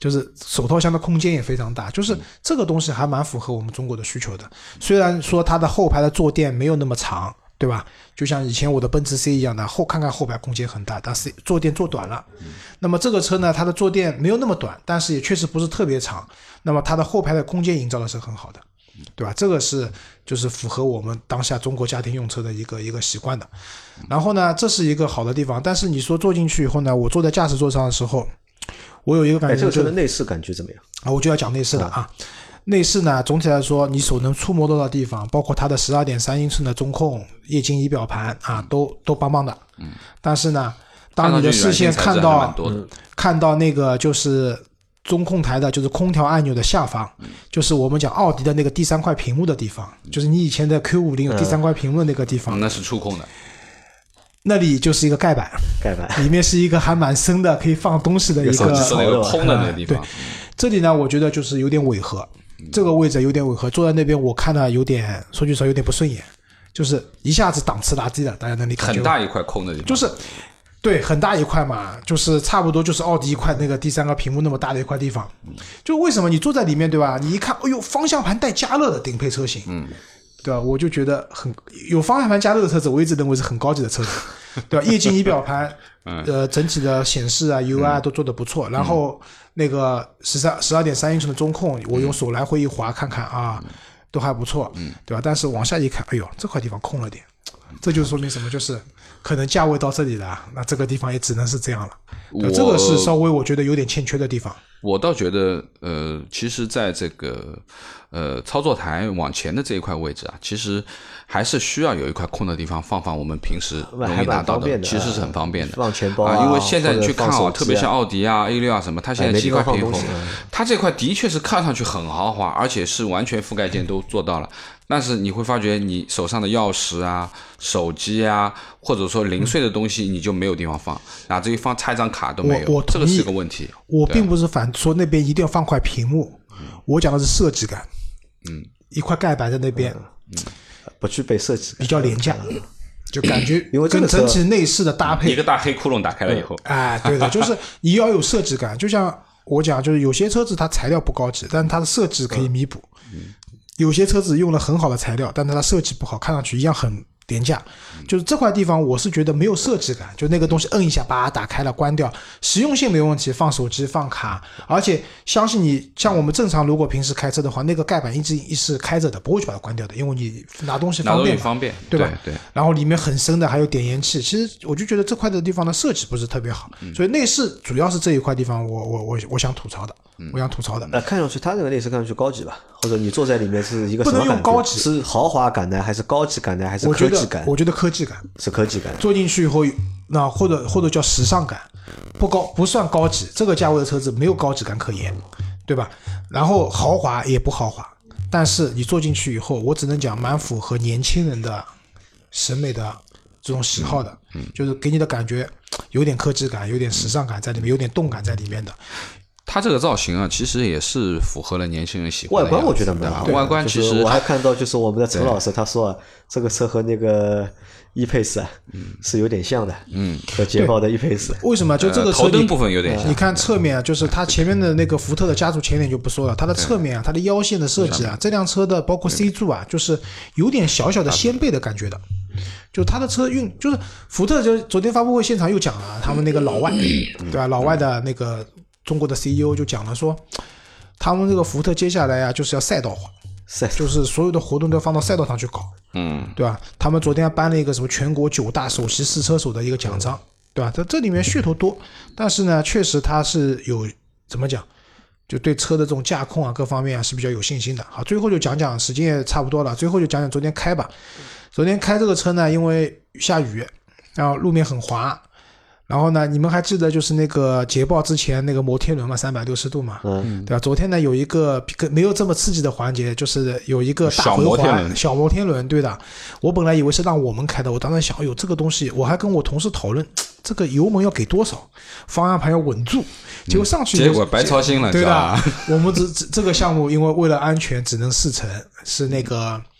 [SPEAKER 2] 就是手套箱的空间也非常大，就是这个东西还蛮符合我们中国的需求的。虽然说它的后排的坐垫没有那么长，对吧？就像以前我的奔驰 C 一样的，看看后排空间很大，但是坐垫做短了。那么这个车呢，它的坐垫没有那么短，但是也确实不是特别长。那么它的后排的空间营造的是很好的，对吧？这个是就是符合我们当下中国家庭用车的一个习惯的。然后呢，这是一个好的地方。但是你说坐进去以后呢，我坐在驾驶座上的时候，我有一个感觉，
[SPEAKER 3] 这个车的内饰感觉怎么样
[SPEAKER 2] 啊？我就要讲内饰了啊。内饰呢，总体来说，你手能触摸到的地方，包括它的 12.3 英寸的中控、液晶仪表盘啊，都棒棒的。但是呢，当你的视线看到那个就是中控台的，就是空调按钮的下方，就是我们讲奥迪的那个第三块屏幕的地方，就是你以前的 Q50 有第三块屏幕的那个地方，
[SPEAKER 4] 那是触控的。
[SPEAKER 2] 那里就是一个盖板，里面是一个还蛮深的，可以放东西的一个
[SPEAKER 4] 手机是那个空的那个地方。
[SPEAKER 2] 对，这里呢，我觉得就是有点违和。这个位置有点违和，坐在那边我看了有点，说句实话有点不顺眼，就是一下子档次拉低了，大家能理解
[SPEAKER 4] 很大一块空的地方，
[SPEAKER 2] 就是对很大一块嘛，就是差不多就是奥迪一块那个第三个屏幕那么大的一块地方。就为什么你坐在里面对吧？你一看，哎呦，方向盘带加热的顶配车型，对吧？我就觉得有方向盘加热的车子，我一直认为是很高级的车子，对吧？液晶仪表盘，整体的显示啊、UI 都做得不错，然后。那个12.3 英寸的中控，我用手来回一滑看看啊，都还不错，对吧？但是往下一看，哎呦，这块地方空了点，这就说明什么？就是可能价位到这里了，那这个地方也只能是这样了。这个是稍微我觉得有点欠缺的地方。
[SPEAKER 4] 我倒觉得，其实在这个操作台往前的这一块位置啊，其实还是需要有一块空的地方放我们平时容易拿到的，其实是很方便的。
[SPEAKER 3] 放钱包啊，
[SPEAKER 4] 因为现在你去看啊，特别像奥迪啊、A6啊什么，它现在几块屏幕，它这块的确是看上去很豪华，而且是完全覆盖件都做到了。但是你会发觉，你手上的钥匙啊、手机啊，或者说零碎的东西，你就没有地方放，哪至于插一张卡都没有，这个是个问题。
[SPEAKER 2] 我并不是反说那边一定要放块屏幕，我讲的是设计感。一块盖板在那边，
[SPEAKER 3] 不具备设计，
[SPEAKER 2] 比较廉价，就感觉跟整体内饰的搭配，
[SPEAKER 4] 一个大黑窟窿打开了以后，
[SPEAKER 2] 哎，对的，就是你要有设计感。就像我讲，就是有些车子它材料不高级，但它的设计可以弥补。有些车子用了很好的材料，但它的设计不好，看上去一样很廉价。就是这块地方我是觉得没有设计感，就那个东西摁一下把它打开了关掉，实用性没问题，放手机放卡，而且相信你像我们正常如果平时开车的话，那个盖板一直是开着的，不会去把它关掉的，因为你拿东西方便，对吧？
[SPEAKER 4] 对。然
[SPEAKER 2] 后里面很深的还有点烟器，其实我就觉得这块的地方的设计不是特别好，所以内饰主要是这一块地方我想吐槽的。
[SPEAKER 3] 看上去它这个内饰看上去高级吧，或者你坐在里面是一个什么感觉？
[SPEAKER 2] 不能用高级，
[SPEAKER 3] 是豪华感呢，还是高级感呢，还是科技感？
[SPEAKER 2] 我觉得科技感
[SPEAKER 3] 是科技感。
[SPEAKER 2] 坐进去以后，那或者叫时尚感，不算高级，这个价位的车子没有高级感可言，对吧？然后豪华也不豪华，但是你坐进去以后，我只能讲蛮符合年轻人的审美的这种喜好的，就是给你的感觉有点科技感，有点时尚感在里面，有点动感在里面的。
[SPEAKER 4] 它这个造型啊，其实也是符合了年轻人喜欢的
[SPEAKER 3] 外观，我觉得蛮好。
[SPEAKER 4] 外观其实、
[SPEAKER 3] 我还看到，就是我们的陈老师他说，这个车和那个E-Pace啊，是有点像的，和捷豹的E-Pace。
[SPEAKER 2] 为什么？就这个车
[SPEAKER 4] 头灯部分有点像。
[SPEAKER 2] 你看侧面，就是它前面的那个福特的家族前脸就不说了，它的侧面啊，它的腰线的设计啊，这辆车的包括 C 柱啊，就是有点小小的掀背的感觉的。就他的车就是福特就昨天发布会现场又讲了，他们那个老外，对吧？老外的那个中国的 CEO 就讲了说，他们这个福特接下来啊就是要赛道化，就是所有的活动都要放到赛道上去搞，对吧？他们昨天颁了一个什么全国9大首席试车手的一个奖章，对吧？这里面噱头多，但是呢，确实他是有怎么讲？就对车的这种驾控啊各方面啊是比较有信心的。好，最后就讲讲，时间也差不多了，最后就讲讲昨天开吧。昨天开这个车呢，因为下雨，然后路面很滑，然后呢，你们还记得就是那个捷豹之前那个摩天轮嘛，360度嘛，对吧？昨天呢有一个没有这么刺激的环节，就是有一个大回环小摩天轮，对的。我本来以为是让我们开的，我当时想，哎呦，这个东西，我还跟我同事讨论，这个油门要给多少，方向盘要稳住，结果上去
[SPEAKER 4] 结果白操心了，
[SPEAKER 2] 对的。我们这个项目因为为了安全只能4成，是那个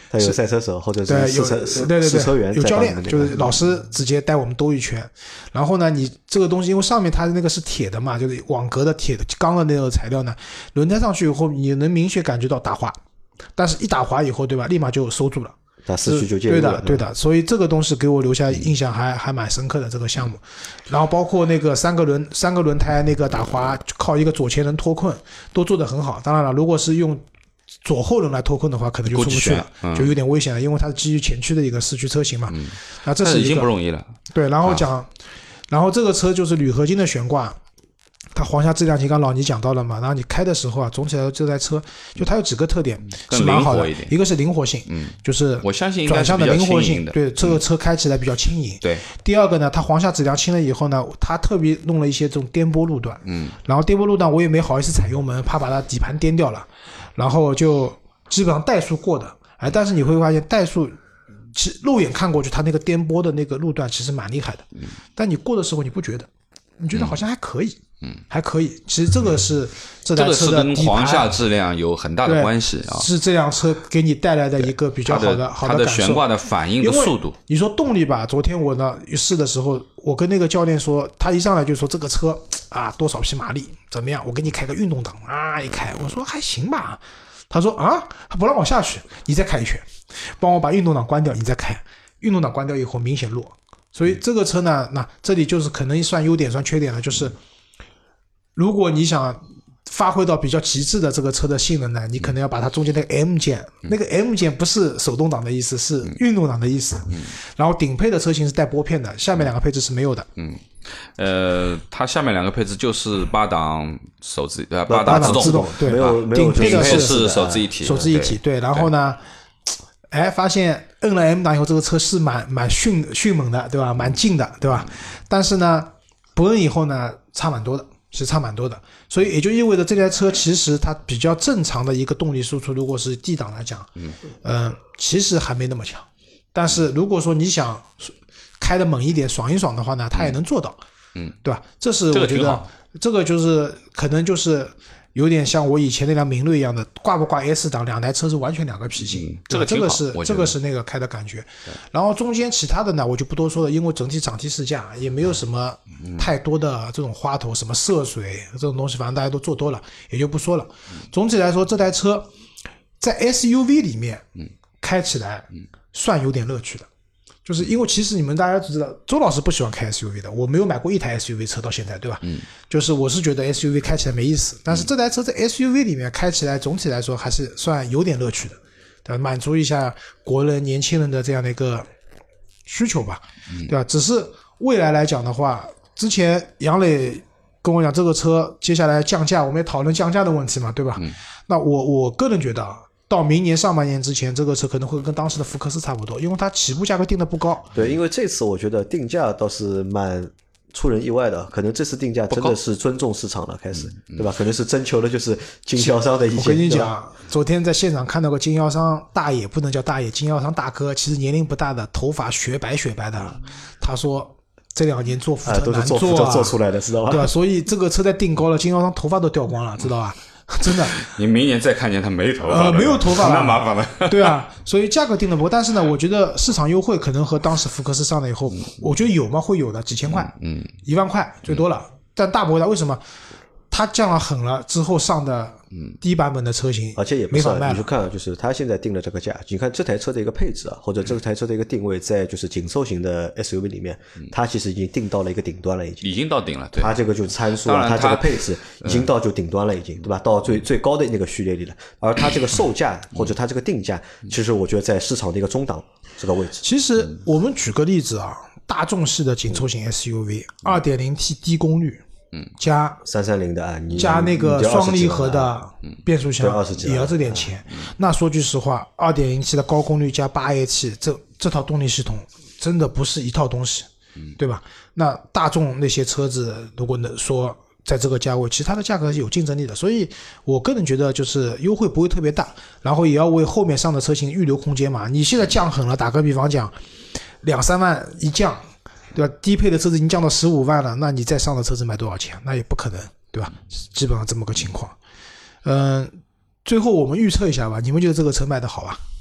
[SPEAKER 3] 他有赛车手或者是试车员，
[SPEAKER 2] 有教练，就是老师直接带我们兜一圈。然后呢，你这个东西因为上面它那个是铁的嘛，就是网格的铁钢的那个材料呢，轮胎上去以后你能明显感觉到打滑，但是一打滑以后，对吧，立马就收住了。
[SPEAKER 3] 他失去就介入了，
[SPEAKER 2] 对的，所以这个东西给我留下印象还蛮深刻的这个项目。然后包括那个三个轮胎那个打滑靠一个左前轮脱困都做得很好。当然了，如果是用左后轮来脱困的话，可能就出不去了，就有点危险了，因为它是基于前驱的一个四驱车型嘛。那这是
[SPEAKER 4] 已经不容易了。对，
[SPEAKER 2] 然后这个车就是铝合金的悬挂。它簧下质量刚刚老倪讲到了嘛，然后你开的时候啊，总体来说这台车就它有几个特点是蛮好的，一个是灵活性，就是
[SPEAKER 4] 我相信
[SPEAKER 2] 转向的灵活性，对，这个车开起来比较轻盈。
[SPEAKER 4] 对，
[SPEAKER 2] 第二个呢，它簧下质量轻了以后呢，它特别弄了一些这种颠簸路段，然后颠簸路段我也没好意思踩油门，怕把它底盘颠掉了，然后就基本上怠速过的，但是你会发现怠速其实肉眼看过去，它那个颠簸的那个路段其实蛮厉害的，但你过的时候你不觉得，你觉得好像还可以。还可以。其实这个是这台车的
[SPEAKER 4] 跟簧下质量有很大的关系啊，
[SPEAKER 2] 是这辆车给你带来的一个比较好的感受。
[SPEAKER 4] 它的悬挂的反应的速度。
[SPEAKER 2] 你说动力吧，昨天我呢试的时候，我跟那个教练说，他一上来就说这个车啊多少匹马力怎么样？我给你开个运动档啊，一开我说还行吧。他说啊，他不让我下去，你再开一圈，帮我把运动档关掉，你再开。运动档关掉以后明显弱，所以这个车呢，那这里就是可能算优点算缺点了，就是如果你想发挥到比较极致的这个车的性能呢，你可能要把它中间那个 M 键，那个 M 键不是手动挡的意思，是运动挡的意思。然后顶配的车型是带拨片的，下面两个配置是没有的。
[SPEAKER 4] 它下面两个配置就是8档手自8档自动，
[SPEAKER 2] 对，
[SPEAKER 3] 没有
[SPEAKER 2] 顶配的
[SPEAKER 4] 是手自一体，
[SPEAKER 2] 对。然后呢，发现摁了 M 档以后，这个车是蛮迅猛的，对吧？蛮劲的，对吧？但是呢，不摁以后呢，差蛮多的。是差蛮多的，所以也就意味着这台车其实它比较正常的一个动力输出，如果是 D 档来讲，其实还没那么强。但是如果说你想开的猛一点、爽一爽的话呢，它也能做到，对吧？这是我觉得这个就是可能就是有点像我以前那辆明锐一样的，挂不挂 S 档，两台车是完全两个脾性。这个是那个开的感觉。然后中间其他的呢，我就不多说了，因为整体掌机试驾也没有什么太多的这种花头，什么涉水这种东西，反正大家都做多了，也就不说了。总体来说，这台车在 SUV 里面开起来算有点乐趣的。就是因为其实你们大家知道，周老师不喜欢开 SUV 的，我没有买过一台 SUV 车到现在，对吧？就是我是觉得 SUV 开起来没意思，但是这台车在 SUV 里面开起来，总体来说还是算有点乐趣的，对吧？满足一下国人年轻人的这样的一个需求吧，对吧？只是未来来讲的话，之前杨磊跟我讲这个车接下来降价，我们也讨论降价的问题嘛，对吧？那我个人觉得到明年上半年之前，这个车可能会跟当时的福克斯差不多，因为它起步价格定的不高。
[SPEAKER 3] 对，因为这次我觉得定价倒是蛮出人意外的，可能这次定价真的是尊重市场了，开始，对吧？可能是征求的就是经销商的意见。
[SPEAKER 2] 我跟你讲，昨天在现场看到个经销商大爷，不能叫大爷，经销商大哥，其实年龄不大的，头发雪白的，他说这2年做福特难做啊，
[SPEAKER 3] 都是做出来的，知道吧？
[SPEAKER 2] 对吧？所以这个车在定高了，经销商头发都掉光了，知道吧？真的，
[SPEAKER 4] 你明年再看见他没头发，
[SPEAKER 2] 没有头发了，
[SPEAKER 4] 那麻烦了。
[SPEAKER 2] 对啊，所以价格定的不高，但是呢，我觉得市场优惠可能和当时福克斯上了以后，我觉得有吗？会有的，几千块，1万块最多了，但大不会大。为什么？它降了狠了之后上的低版本的车型，
[SPEAKER 3] 而且也不
[SPEAKER 2] 没法卖了。
[SPEAKER 3] 你就看，就是它现在定了这个价，你看这台车的一个配置啊，或者这台车的一个定位，在就是紧凑型的 SUV 里面，它其实已经定到了一个顶端了，
[SPEAKER 4] 已经到顶了。对，
[SPEAKER 3] 它这个就是参数啊，它这个配置已经到就顶端了，已经对吧？到最高的那个序列里了。而它这个售价或者它这个定价，其实我觉得在市场的一个中档这个位置。
[SPEAKER 2] 其实我们举个例子啊，大众系的紧凑型 SUV， 2.0T 低功率。加
[SPEAKER 3] 330的啊，
[SPEAKER 2] 加那个双离合的变速箱也要这点钱。那说句实话 2.0T 的高功率加 8AT 这套动力系统真的不是一套东西，对吧？那大众那些车子如果能说在这个价位，其实它的价格是有竞争力的，所以我个人觉得就是优惠不会特别大，然后也要为后面上的车型预留空间嘛。你现在降狠了，打个比方讲2-3万一降，对吧？低配的车子已经降到15万了，那你再上的车子卖多少钱？那也不可能，对吧？基本上这么个情况。最后我们预测一下吧，你们觉得这个车卖得好吧？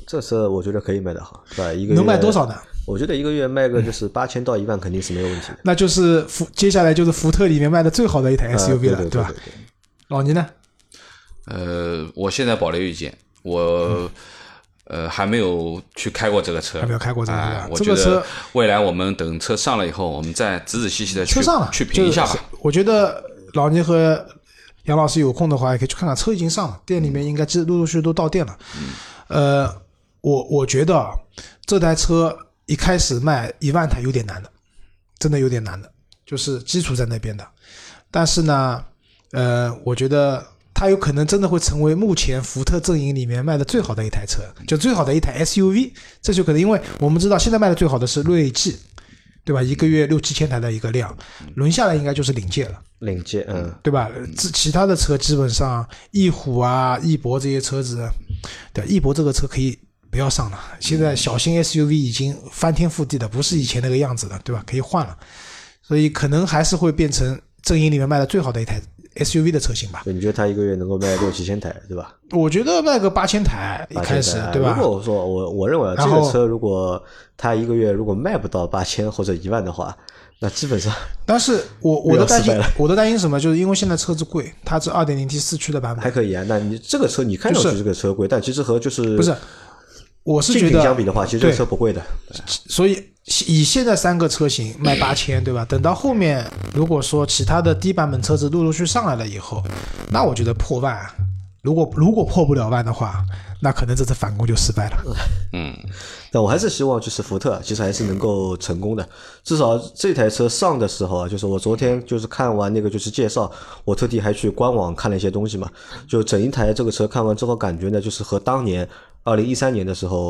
[SPEAKER 3] 这车我觉得可以卖得好，是吧？一个月
[SPEAKER 2] 能卖多少呢？
[SPEAKER 3] 我觉得一个月卖个就是8000到1万肯定是没有问题的。
[SPEAKER 2] 那就是接下来就是福特里面卖的最好的一台 SUV 了，
[SPEAKER 3] 对
[SPEAKER 2] 吧？老倪呢？
[SPEAKER 4] 我现在保留意见，我还没有去开过这个车，
[SPEAKER 2] 还没有开过这个车。
[SPEAKER 4] 我觉得未来我们等车上了以后，我们再仔仔细细的去评一下吧。
[SPEAKER 2] 我觉得老倪和杨老师有空的话，也可以去看看，车已经上了，店里面应该陆陆续续都到店了。我觉得这台车一开始卖1万台有点难的，真的有点难的，就是基础在那边的。但是呢，我觉得它有可能真的会成为目前福特阵营里面卖的最好的一台车，就最好的一台 SUV。这就可能，因为我们知道现在卖的最好的是锐际，对吧？一个月6-7千台的一个量，轮下来应该就是领界了。
[SPEAKER 3] 领界，
[SPEAKER 2] 对吧？其他的车基本上，翼虎啊、翼博这些车子，对，翼博这个车可以不要上了。现在小型 SUV 已经翻天覆地的，不是以前那个样子了，对吧？可以换了，所以可能还是会变成阵营里面卖的最好的一台 SUV 的车型吧。
[SPEAKER 3] 你觉得它一个月能够卖6-7千台，对吧？
[SPEAKER 2] 我觉得卖个8000台一开始，对吧？
[SPEAKER 3] 如果说我认为这个车如果它一个月如果卖不到8000或者1万的话，那基本上。
[SPEAKER 2] 但是我的担心什么？就是因为现在车子贵，它是 2.0T 4驱的版本
[SPEAKER 3] 还可以啊。那你这个车你看上去这个车贵，但其实和就是
[SPEAKER 2] 不是，我是觉得
[SPEAKER 3] 相比的话，其实这个车不贵的。
[SPEAKER 2] 所以以现在3个车型卖8000，对吧？等到后面如果说其他的低版本车子陆续上来了以后，那我觉得破万，如果破不了万的话，那可能这次反攻就失败了。
[SPEAKER 3] 但我还是希望就是福特其实还是能够成功的，至少这台车上的时候啊，就是我昨天就是看完那个就是介绍，我特地还去官网看了一些东西嘛，就整一台这个车看完之后感觉呢，就是和当年2013年的时候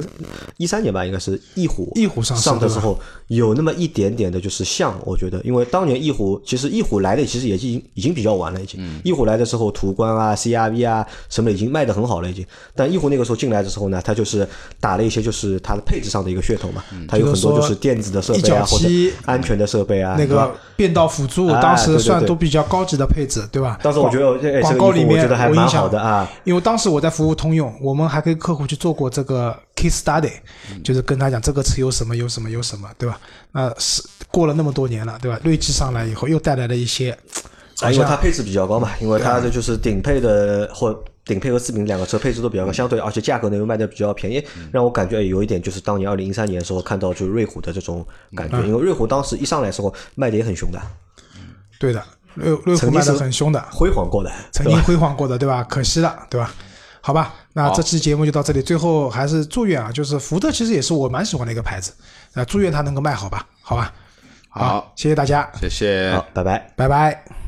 [SPEAKER 3] ，2013年吧，应该是翼虎上的时候有那么一点点的就是像，我觉得，因为当年翼虎来的其实也已经比较晚了，已经。翼虎来的时候，途观啊、CR-V 啊什么已经卖得很好了，已经。但翼虎那个时候进来的时候呢，它就是打了一些就是它的配置上的一个噱头嘛，它有很多就是电子的设备啊，或者安全的设备啊，
[SPEAKER 2] 那个变道辅助，当时算都比较高级的配置，对吧？
[SPEAKER 3] 当时我觉得
[SPEAKER 2] 广告里面
[SPEAKER 3] 我觉得还蛮好的啊，
[SPEAKER 2] 因为当时我在服务通用，我们还可以客户去做过这个 case study，就是跟他讲这个车有什么，对吧？是过了那么多年了，对吧？锐际上来以后又带来了一些，
[SPEAKER 3] 因为它配置比较高嘛，因为它这就是顶配的或顶配和四平两个车配置都比较高，相对而且价格呢又卖的比较便宜，让我感觉有一点就是当年2013年的时候看到就是瑞虎的这种感觉，因为瑞虎当时一上来的时候卖的也很凶的，
[SPEAKER 2] 对的，瑞虎卖的很凶的，
[SPEAKER 3] 辉煌过的，
[SPEAKER 2] 曾经辉煌过的，对吧？可惜了，对吧？好吧，那这期节目就到这里。最后还是祝愿啊，就是福特其实也是我蛮喜欢的一个牌子，祝愿它能够卖好吧，好吧。好，谢谢大家，
[SPEAKER 4] 谢谢，
[SPEAKER 3] 好，拜拜，
[SPEAKER 2] 拜拜。